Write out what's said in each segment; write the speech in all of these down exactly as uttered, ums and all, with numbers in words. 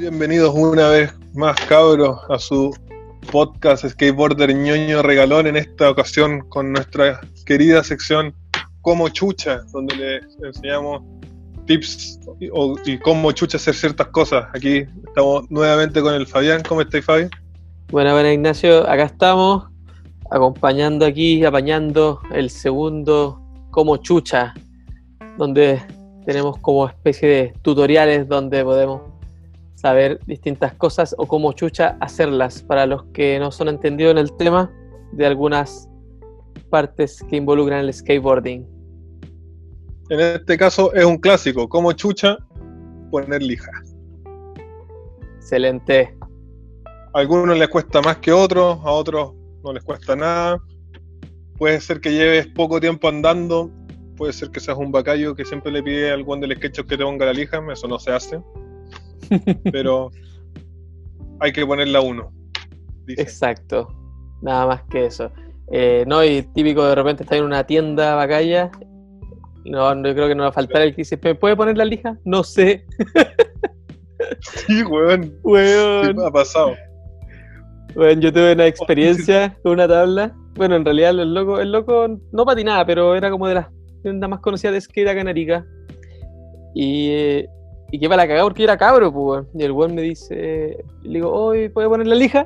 Bienvenidos una vez más, cabros, a su podcast Skateboarder ñoño regalón, en esta ocasión con nuestra querida sección Cómo Chucha, donde les enseñamos tips y, o, y cómo chucha hacer ciertas cosas. Aquí estamos nuevamente con el Fabián. ¿Cómo estáis, Fabi? Bueno, bueno, Ignacio, acá estamos acompañando aquí, apañando el segundo Cómo Chucha, donde tenemos como especie de tutoriales donde podemos saber distintas cosas o cómo chucha hacerlas para los que no son entendidos en el tema de algunas partes que involucran el skateboarding. En este caso es un clásico, cómo chucha poner lija. Excelente. A algunos les cuesta más que a otros, a otros no les cuesta nada. Puede ser que lleves poco tiempo andando, puede ser que seas un bacayo que siempre le pide al guan del sketch que te ponga la lija, eso no se hace. Pero hay que ponerla a uno, dice. Exacto, nada más que eso. Eh, no, y típico de repente está en una tienda bacalla. No, no, yo creo que no va a faltar el que dice, ¿me puede poner la lija? No sé. Sí, weón. Weón. Sí, me ha pasado. Bueno, yo tuve una experiencia con una tabla. Bueno, en realidad el loco, el loco no patinaba, pero era como de las tiendas más conocidas de skate acá en Arica. Y, eh, y que para la cagada porque yo era cabro, pues. Y el weón me dice, le digo, ¿hoy puede poner la lija?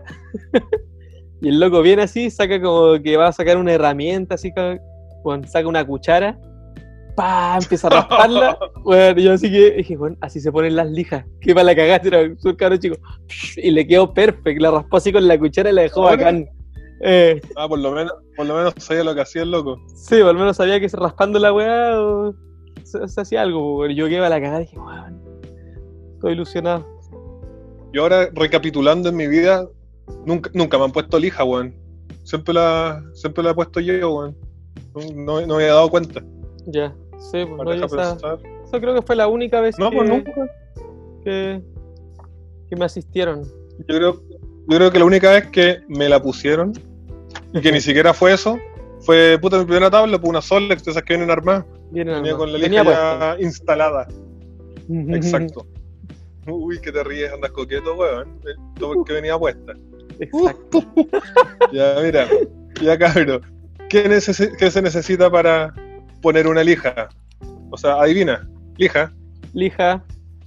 Y el loco viene así, saca como que va a sacar una herramienta, así que bueno, saca una cuchara, ¡pah! Empieza a rasparla. Bueno, yo así que dije, bueno, así se ponen las lijas. Que para la cagada, era un cabro chico. Y le quedó perfecto, la raspó así con la cuchara y la dejó bacán. Eh, ah, por lo menos, por lo menos sabía lo que hacía el loco. Sí, por lo menos sabía que raspando la weá o, se, se hacía algo. Bueno, yo quedé para la cagada y dije, bueno, estoy ilusionado. Yo ahora, recapitulando en mi vida, nunca, nunca me han puesto lija, weón. Siempre la, siempre la he puesto yo, weón. No, no me había dado cuenta. Ya, sí, pues no, Deja esa, pensar. eso creo que fue la única vez No, que, pues nunca. que, que me asistieron. Yo creo, yo creo que la única vez que me la pusieron, y que ni siquiera fue eso, fue puta mi primera tabla, pues una Solex, de esas que vienen armadas. Vienen Venía armadas. con la Venía lija ya puesta. instalada. Exacto. Uy, que te ríes, andas coqueto, weón. Todo porque venía puesta. Exacto. Ya, mira, ya cabrón. ¿Qué, neces- ¿Qué se necesita para poner una lija? O sea, adivina, lija, Lija.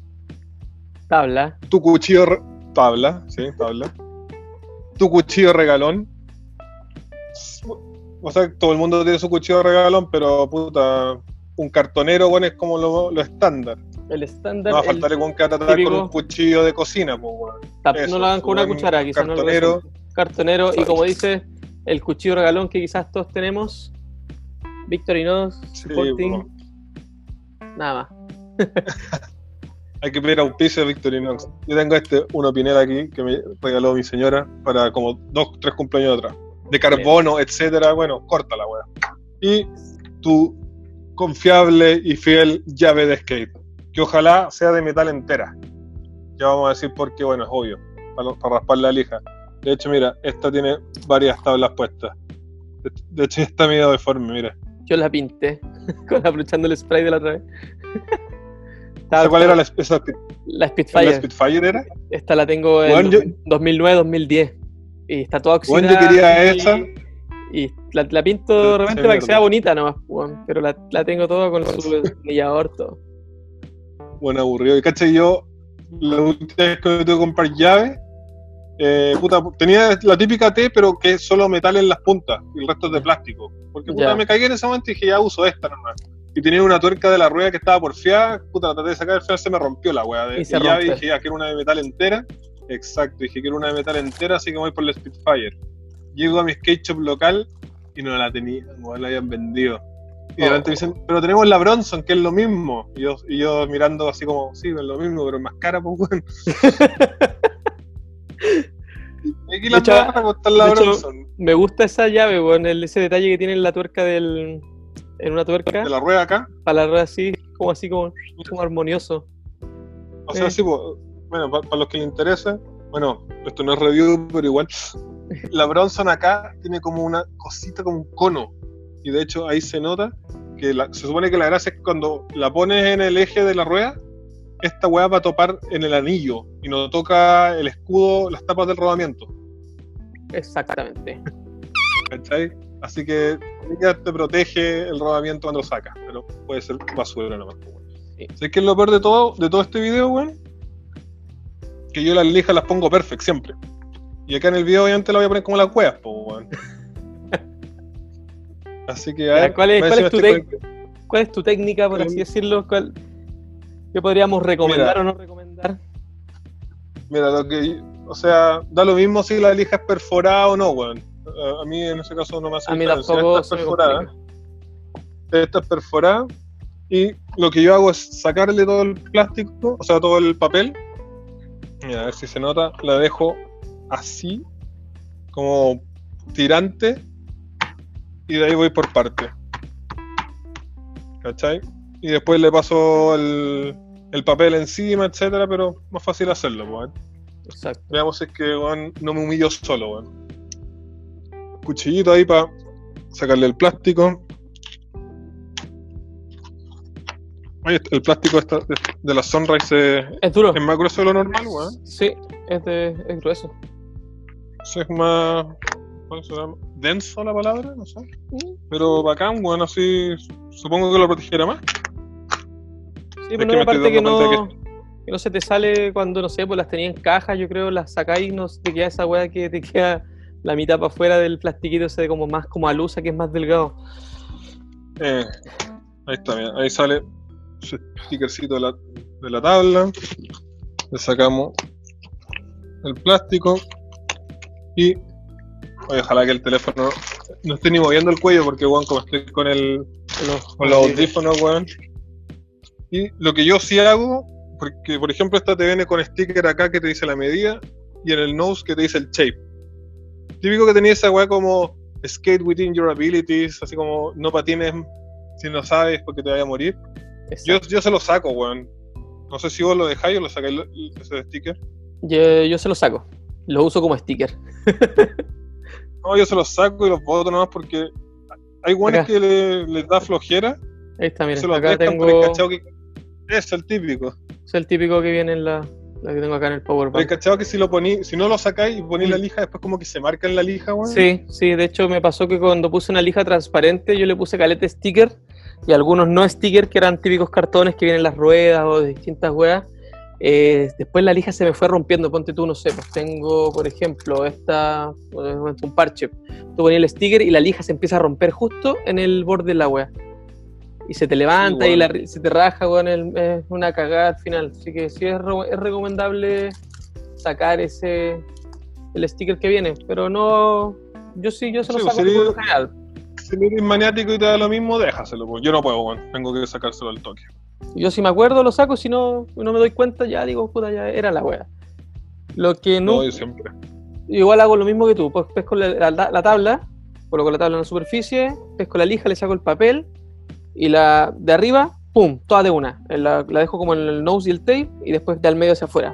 Tabla. tu cuchillo, re- tabla, sí, tabla. Tu cuchillo regalón. O sea, todo el mundo tiene su cuchillo regalón, pero puta, un cartonero, bueno, es como lo, lo estándar. El estándar. No va a faltar el el weón que va a tratar típico- con un cuchillo de cocina, pues, weón. tap- eso, no lo hagan con una buen cuchara, quizás no lo cartonero. resulte. Cartonero. Y como dice, el cuchillo regalón que quizás todos tenemos. Victorinox, Sí, Sporting. bueno. Nada más. Hay que pedir auspicio de Victorinox. Yo tengo este, una pinela aquí que me regaló mi señora para como dos, tres cumpleaños atrás. De carbono, etcétera. Bueno, córtala, weón. Y tu confiable y fiel llave de skate, que ojalá sea de metal entera. Ya vamos a decir porque, bueno, es obvio, para, para raspar la lija. De hecho, mira, esta tiene varias tablas puestas. De, de hecho, está medio deforme, mira. Yo la pinté con aprovechando el spray de la otra vez. ¿Sabes cuál era la, esa, La la Spitfire. Spitfire? Era? Esta la tengo en Bueno, yo- dos mil nueve dos mil diez. Y está toda oxidada. Bueno, yo quería y, esa. Y la, la pinto de repente Sí, para que sea mierda. bonita nomás, bueno, pero la, la tengo toda con su millador, todo. Bueno, aburrido. Y caché, yo, la última vez que me tuve que comprar llave, eh, puta, tenía la típica T, pero que es solo metal en las puntas y el resto es de plástico. Porque puta, Ya. me caí en ese momento y dije, ya uso esta nomás. Y tenía una tuerca de la rueda que estaba porfiada, puta, la traté de sacar, al final se me rompió la weá. De, Y se de llave y rompe. dije, ya, quiero una de metal entera. Exacto, dije, quiero una de metal entera, así que voy por la Spitfire. Llego a mi skate shop local y no la tenía, no la habían vendido. Y de Oh. repente me dicen, pero tenemos la Bronson, que es lo mismo. Y yo, y yo mirando así como, sí, es lo mismo, pero es más cara, pues, weón. Y aquí la De hecho, barra para costar la de hecho, Bronson. Me gusta esa llave, bueno, el, ese detalle que tiene en la tuerca del. En una tuerca, De la rueda acá. para la rueda así, como así, como, como armonioso. O sea, Eh. sí, pues, bueno, para los que les interesa, bueno, esto no es review, pero igual. La Bronson acá tiene como una cosita, como un cono. Y de hecho ahí se nota que la, se supone que la gracia es que cuando la pones en el eje de la rueda, esta weá va a topar en el anillo y no toca el escudo, las tapas del rodamiento. Exactamente. ¿Cachai? Así que ella te protege el rodamiento cuando lo sacas, pero puede ser basura nomás. Sí. ¿Sabes qué es lo peor de todo, de todo este video, weón? Que yo las lijas las pongo perfect siempre. Y acá en el video obviamente la voy a poner como las weas, po, weón. Así que a Ya, ver, ¿cuál es, cuál es tu tec- ¿Cuál es tu técnica, por así decirlo? ¿Cuál, ¿Qué podríamos recomendar Mira. o no recomendar? Mira, lo que, o sea, da lo mismo si la lija es perforada o no, weón. A, a mí en ese caso no me hace A mí diferencia. tampoco Esta se es me perforada. complica. Esta es perforada. Y lo que yo hago es sacarle todo el plástico, o sea, todo el papel. Mira, a ver si se nota. La dejo así, como tirante. Y de ahí voy por parte. ¿Cachai? Y después le paso el, el papel encima, etcétera, pero más fácil hacerlo, weón. Exacto. Veamos si es que, weón, no me humillo solo, weón. Cuchillito ahí para sacarle el plástico. Oye, el plástico esta, de, de la Sunrise es, Es duro. es más grueso de lo normal, weón. Sí, es, de, es grueso. Eso es más... ¿Cómo se llama? ¿Denso la palabra? No sé. Pero bacán, weón, así... Supongo que lo protegiera más. Sí, Es pero que no, me aparte estoy que dando no, cuenta que no se te sale cuando, no sé, pues las tenía en caja, yo creo, las sacáis y no te queda esa weá que te queda la mitad para afuera del plastiquito ese como más como alusa, que es más delgado. Eh, ahí está, mira. Ahí sale su stickercito de la, de la tabla. Le sacamos el plástico. Y... Oye, ojalá que el teléfono no esté ni moviendo el cuello porque, weón, como estoy con el Los, con los audífonos, weón. Y lo que yo sí hago, porque por ejemplo esta te viene con sticker acá que te dice la medida y en el nose que te dice el shape. Típico que tenía esa weá como skate within your abilities, así como no patines si no sabes porque te vaya a morir. Yo, yo se lo saco, weón. No sé si vos lo dejáis o lo sacáis ese sticker. Yo, yo se lo saco, lo uso como sticker. No, yo se los saco y los boto nomás porque hay weones que le, les da flojera. Ahí está, mira, Se los acá dejan, tengo... pero el cachado que es el típico. Es el típico que viene en la, la que tengo acá en el Power Pero el Bank. cachado que si lo poní, si no lo sacáis y ponís Mm. la lija, después como que se marca en la lija, weón. Sí, sí, de hecho me pasó que cuando puse una lija transparente yo le puse caleta sticker y algunos no sticker que eran típicos cartones que vienen en las ruedas o de distintas weas. Eh, después la lija se me fue rompiendo, ponte tú, no sé, pues tengo, por ejemplo, esta, un parche, tú ponías el sticker y la lija se empieza a romper justo en el borde de la wea. Y se te levanta Sí, y bueno. la, se te raja, weón, el, es una cagada al final. Así que sí es, re- es recomendable sacar ese el sticker que viene, pero no, yo sí, yo se lo Sí, saco sería- por lo general. Si eres maniático y te da lo mismo, déjaselo, pues. Yo no puedo, weón. Tengo que sacárselo al toque. Yo si me acuerdo lo saco, si no, no me doy cuenta ya digo, puta, ya era la wea. Lo que no, No, yo siempre. igual hago lo mismo que tú, pues pesco la, la, la tabla, coloco la tabla en la superficie, pesco la lija, le saco el papel y la de arriba, pum, toda de una. La, la dejo como en el nose y el tape y después de al medio hacia afuera.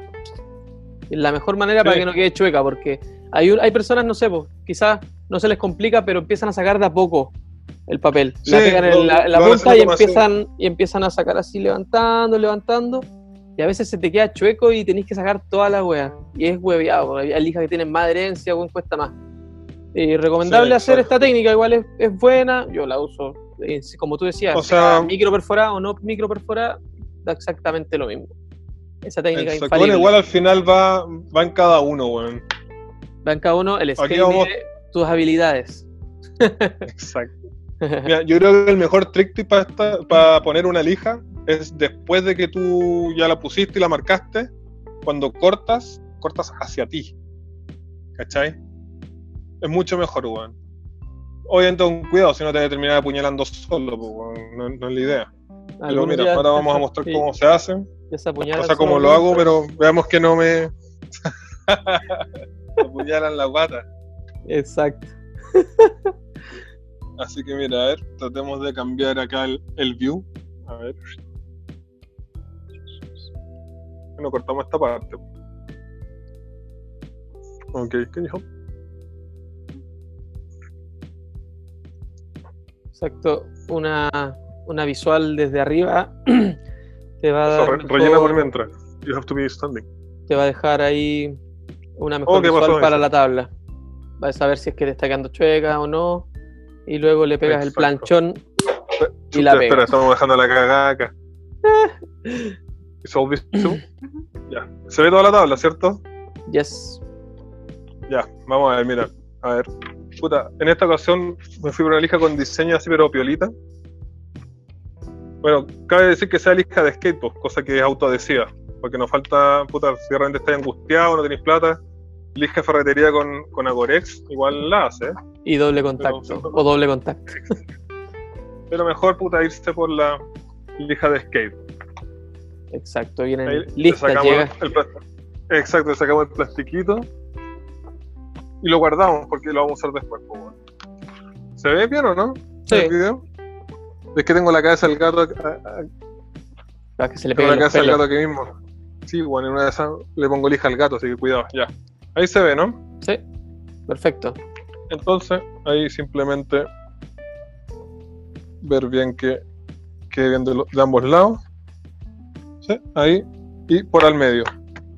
Es la mejor manera Sí. para que no quede chueca, porque hay, un- hay personas, no sé, pues, quizás no se les complica, pero empiezan a sacar de a poco el papel. La Sí, pegan lo- en la, en la lo van punta y haciendo como así. empiezan, y empiezan a sacar así, levantando, levantando. Y a veces se te queda chueco y tenés que sacar toda la wea. Y es hueveado, hay lijas que tienen más adherencia, weón, cuesta más. Y recomendable Sí, hacer exacto. esta técnica, igual es, es buena, yo la uso. Eh, como tú decías, O sea- micro perforada o no micro perforada, da exactamente lo mismo. Esa técnica Exacto. infalible. Bueno, igual al final va, va en cada uno, weón. Va en cada uno el Aquí skate vamos- mide tus habilidades. Exacto. Mira, yo creo que el mejor trick para para poner una lija es después de que tú ya la pusiste y la marcaste, cuando cortas, cortas hacia ti. ¿Cachai? Es mucho mejor, weón. Obviamente con cuidado, si no te vas a terminar apuñalando solo, pues, weón. No, no es la idea. Pero Algunos mira, ya- ahora vamos a mostrar sí, cómo se hace. ya se apuñalan O sea, cómo solo, lo hago, pero- pero veamos que no me apuñalan la guata. Exacto. Así que mira, a ver, tratemos de cambiar acá el, el view. A ver. Bueno, cortamos esta parte. Ok, can you help? Exacto. Una, una visual desde arriba te va a Eso, dar re- mejor- rellena por mientras. You have to be standing. te va a dejar ahí una mejor Oh, ¿qué visual pasó, para Isa? la tabla. Vas a saber si es que te está quedando chueca o no. Y luego le pegas Exacto. el planchón y Chuta, la espera, pegas. estamos dejando la cagada acá. ¿Es obvio? Ya. Se ve toda la tabla, ¿cierto? Yes. Ya, vamos a ver, mira. A ver. Puta, en esta ocasión me fui por una lija con diseño así, pero piolita. Bueno, cabe decir que sea lija de skateboard, cosa que es autoadhesiva. Porque nos falta, puta, si realmente estáis angustiado, no tenéis plata. Lija de ferretería con, con Agorex, igual la hace, ¿eh? Y doble contacto. Pero- O doble contacto. Pero mejor, puta, irse por la lija de skate. Exacto. Vienen Ahí le listas, sacamos llega. el plástico. Exacto, le sacamos el plastiquito y lo guardamos porque lo vamos a usar después. Pues, bueno. ¿Se ve bien o no? Sí. ¿El video? Es que tengo la cabeza del gato, a- a- Para que se le tengo peguen la los cabeza del pelos. gato aquí mismo. Sí, bueno, en una de esas le pongo lija al gato, así que cuidado, ya. Ahí se ve, ¿no? Sí. Perfecto. Entonces, ahí simplemente ver bien que quede bien de, lo- de ambos lados. ¿Sí? Ahí. Y por al medio.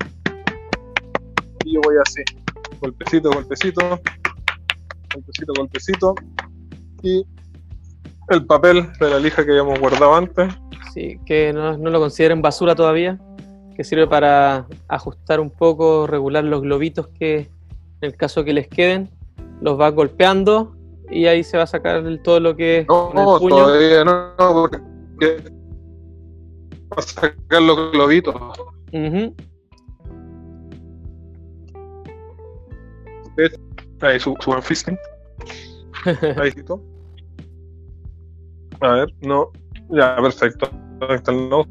Y yo voy así. Golpecito, golpecito. Golpecito, golpecito. Y el papel de la lija que habíamos guardado antes. Sí, que no, no lo consideren basura todavía. Que sirve para ajustar un poco, regular los globitos que, en el caso que les queden, los vas golpeando y ahí se va a sacar el- todo lo que es No, con el puño. todavía no, no, porque va a sacar los globitos. Ujú. Ahí su, su buen fisting. Ahí sí, todo. A ver, no. Ya, perfecto. Ahí está el no.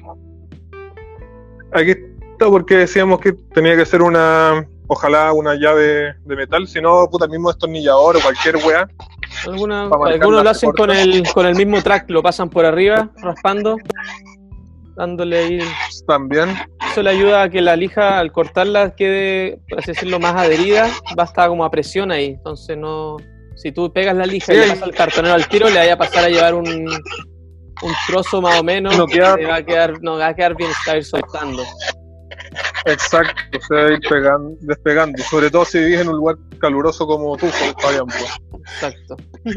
Aquí está porque decíamos que tenía que ser una, ojalá una llave de metal, si no, puta, el mismo destornillador o cualquier weá. Alguna- Para marcar algunos la lo hacen con corta. el, con el mismo track, lo pasan por arriba, raspando, dándole ahí. También. Eso le ayuda a que la lija, al cortarla, quede, por así decirlo, más adherida, va a estar como a presión ahí. Entonces, no. Si tú pegas la lija y Sí. le pasas al cartonero al tiro, le vaya a pasar a llevar un, un trozo más o menos. No queda- que va a quedar, no, va a quedar bien, se va a ir soltando. Exacto, se va a ir pegando, despegando. Sobre todo si vivís en un lugar caluroso como tú, Fabián. Pues. Exacto.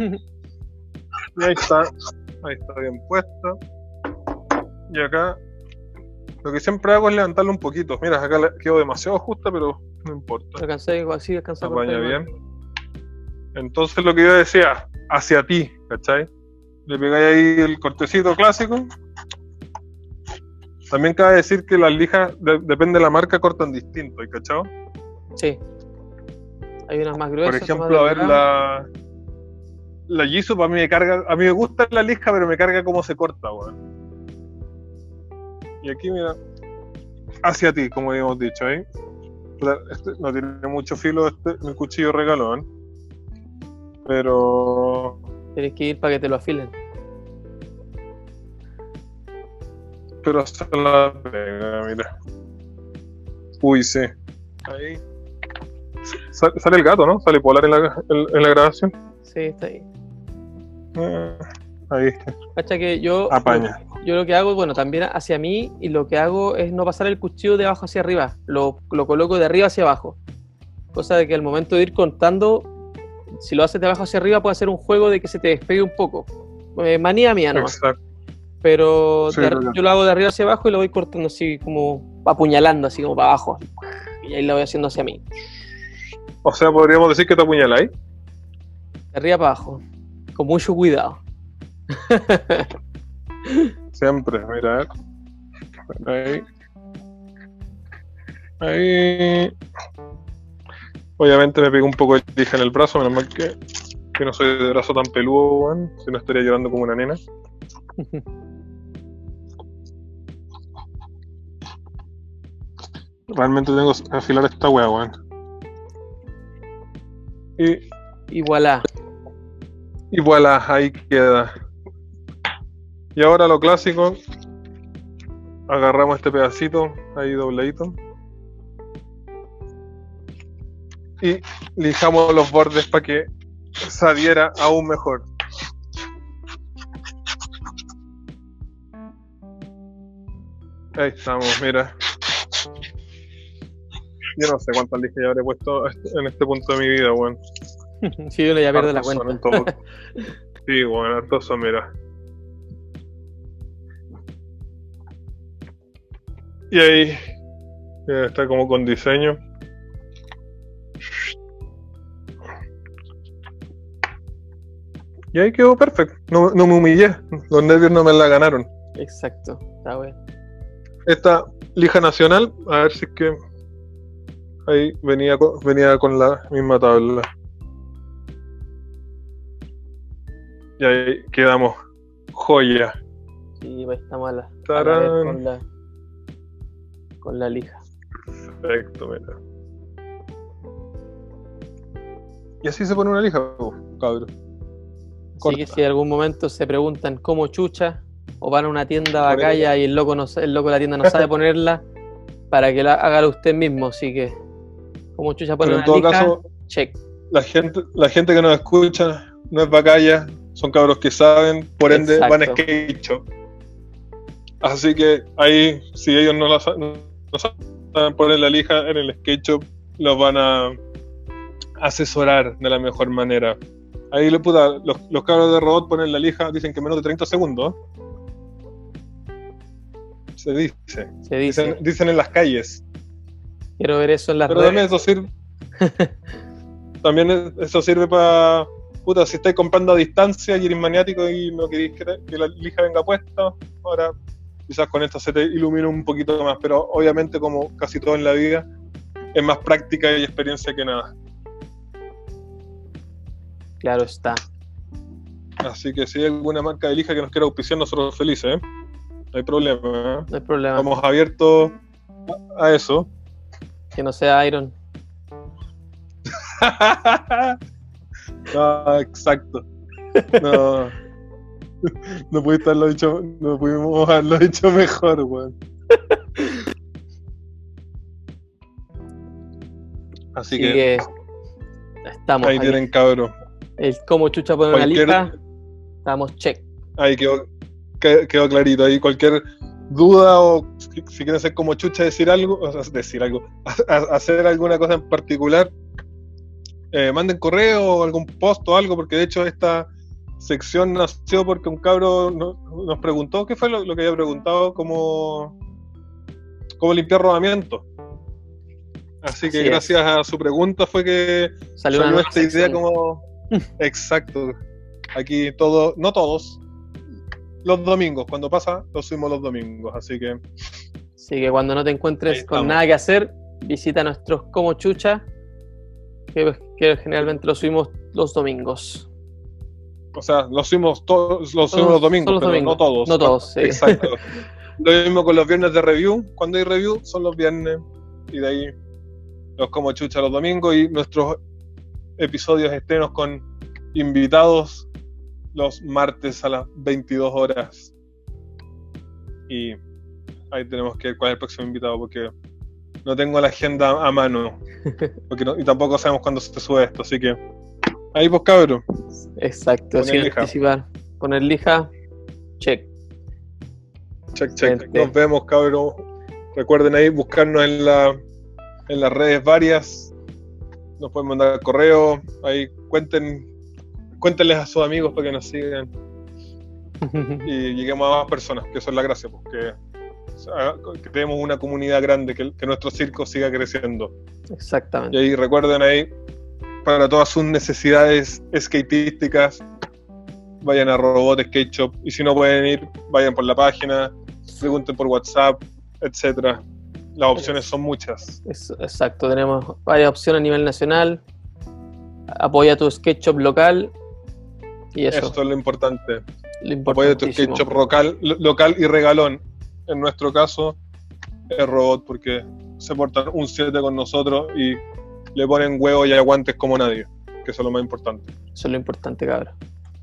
Y ahí está, ahí está bien puesta. Y acá, lo que siempre hago es levantarlo un poquito. Mira, acá le- quedó demasiado justa, pero no importa. Alcancé, así alcancé a Apaña cortar bien. igual. Entonces lo que yo decía, hacia ti, ¿cachai? Le pegáis ahí el cortecito clásico. También cabe decir que las lijas, de- depende de la marca, cortan distinto, ¿cachai? Sí. Hay unas más gruesas. Por ejemplo, otras a más ver, delgadas. la, la Jisoo para mí me carga, a mí me gusta la lija, pero me carga cómo se corta, weón. Y aquí, mira, hacia ti, como habíamos dicho, ¿eh? Este no tiene mucho filo este, el cuchillo regalón, pero Tienes que ir para que te lo afilen. pero se la pega, mira. Uy, sí. Ahí. Sa- Sale el gato, ¿no? Sale Polar en la, en, en la grabación. Sí, está ahí. Ah, ahí. Cacha que yo, Apaña. yo lo que hago, bueno, también hacia mí, y lo que hago es no pasar el cuchillo de abajo hacia arriba, lo, lo coloco de arriba hacia abajo. Cosa de que al momento de ir contando, si lo haces de abajo hacia arriba, puede hacer un juego de que se te despegue un poco. Eh, manía mía, ¿no? Exacto. Pero Sí, de- claro. yo lo hago de arriba hacia abajo y lo voy cortando así como apuñalando, así como para abajo. Y ahí lo voy haciendo hacia mí. O sea, podríamos decir que te apuñaláis. De arriba para abajo. Con mucho cuidado. Siempre, mira. Ahí. Ahí. Obviamente me pegó un poco de lija en el brazo, menos mal que, que no soy de brazo tan peludo, weón. Si no estaría llorando como una nena. Realmente tengo que afilar esta wea, weón. Y, Y voilà. y voilà, ahí queda. Y ahora lo clásico. Agarramos este pedacito, ahí dobladito. Y lijamos los bordes para que se adhiera aún mejor. Ahí estamos, mira. Yo no sé cuántas lijas ya habré puesto en este punto de mi vida, weón. Sí, uno ya pierde la Hartos son cuenta. en todo. Sí, weón, hartos son, mira. Y ahí ya está como con diseño. Y ahí quedó perfecto. No, no me humillé. Los nervios no me la ganaron. Exacto, está bueno. Esta lija nacional, a ver si es que ahí venía con, venía con la misma tabla. Y ahí quedamos. Joya. Sí, pues estamos a la, a la Tarán. vez con la con la lija. Perfecto, mira. Y así se pone una lija, oh, cabrón. Así Corta. que si en algún momento se preguntan cómo chucha, o van a una tienda Ponele. bacalla y el loco no, el loco de la tienda no sabe ponerla, para que la hágalo usted mismo. Así que, como chucha pone Pero en una todo lija, caso, check. la gente, la gente que nos escucha no es bacalla, son cabros que saben, por ende Exacto. van a skate shop. Así que ahí, si ellos no, la, sa- no saben poner la lija en el skate shop, los van a asesorar de la mejor manera. Ahí le puta, los, los cabros de robot ponen la lija, dicen que menos de treinta segundos. Se dice. Se dice. Dicen, dicen en las calles. Quiero ver eso en las Pero redes. también eso sirve. También es- eso sirve para. Puta, si estáis comprando a distancia y eres maniático y no queréis que, que la lija venga puesta, ahora quizás con esta se te ilumina un poquito más. Pero obviamente, como casi todo en la vida, es más práctica y experiencia que nada. Claro está. Así que si hay alguna marca de lija que nos quiera auspiciar, nosotros felices, ¿eh? No hay problema, ¿eh? No hay problema. Estamos abiertos a, a eso. Que no sea Iron. No, exacto. No. No pudiste haberlo dicho, no pudimos haberlo dicho mejor, weón. Así Así que, que estamos ahí aquí. tienen, cabros. El cómo chucha pone una Cualquier- lija, estamos check. Ahí quedó, que- quedó clarito. Ahí cualquier duda o si, si quieren ser como chucha decir algo, o sea, decir algo, a- a- hacer alguna cosa en particular, eh, manden correo o algún post o algo, porque de hecho esta sección nació porque un cabro no- nos preguntó, ¿qué fue lo, lo que había preguntado? ¿Cómo, cómo limpiar rodamiento? Así que Así es. gracias a su pregunta fue que Salió, salió una nueva esta idea sección. como... Exacto. Aquí todo, no todos, los domingos, cuando pasa, lo subimos los domingos, así que Así que cuando no te Ahí encuentres estamos. con nada que hacer, visita nuestros como chucha, que, que generalmente lo subimos los domingos. o sea, lo subimos todos, lo subimos Todos- los domingos, son los pero domingos. no todos. No todos, sí. Exacto. Lo mismo con los viernes de review, cuando hay review son los viernes y de ahí los como chucha los domingos y nuestros episodios estrenos con invitados los martes a las veintidós horas. Y ahí tenemos que ver cuál es el próximo invitado porque no tengo la agenda a mano porque no- y tampoco sabemos cuándo se sube esto, así que ahí pues cabros. Exacto, Poner sin lija. anticipar. Poner lija, check. Check, check. Excelente. Nos vemos, cabros. Recuerden ahí buscarnos en la en las redes varias. Nos pueden mandar correo. Ahí cuenten, cuéntenles a sus amigos para que nos sigan y lleguemos a más personas, que eso es la gracia, porque que tenemos una comunidad grande, que, que nuestro circo siga creciendo. Y Exactamente. ahí recuerden ahí, para todas sus necesidades skatísticas, vayan a Robot Skate Shop. Y si no pueden ir, vayan por la página, pregunten por WhatsApp, etcétera. Las opciones son muchas. Es- exacto, tenemos varias opciones a nivel nacional. Apoya tu skate shop local. Y eso, Esto es lo importante. lo Apoya tu importantísimo. skate shop local, lo- local y regalón. En nuestro caso, es Robot, porque se portan un siete con nosotros y le ponen huevos y aguantes como nadie, que eso es lo más importante. Eso es lo importante, cabrón.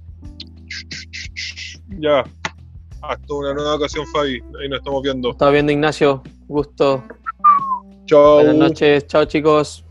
Ya, hasta una nueva ocasión, Fabi. Ahí nos estamos viendo. Estaba viendo, Ignacio. Gusto. Chao. Buenas noches. Chao, chicos.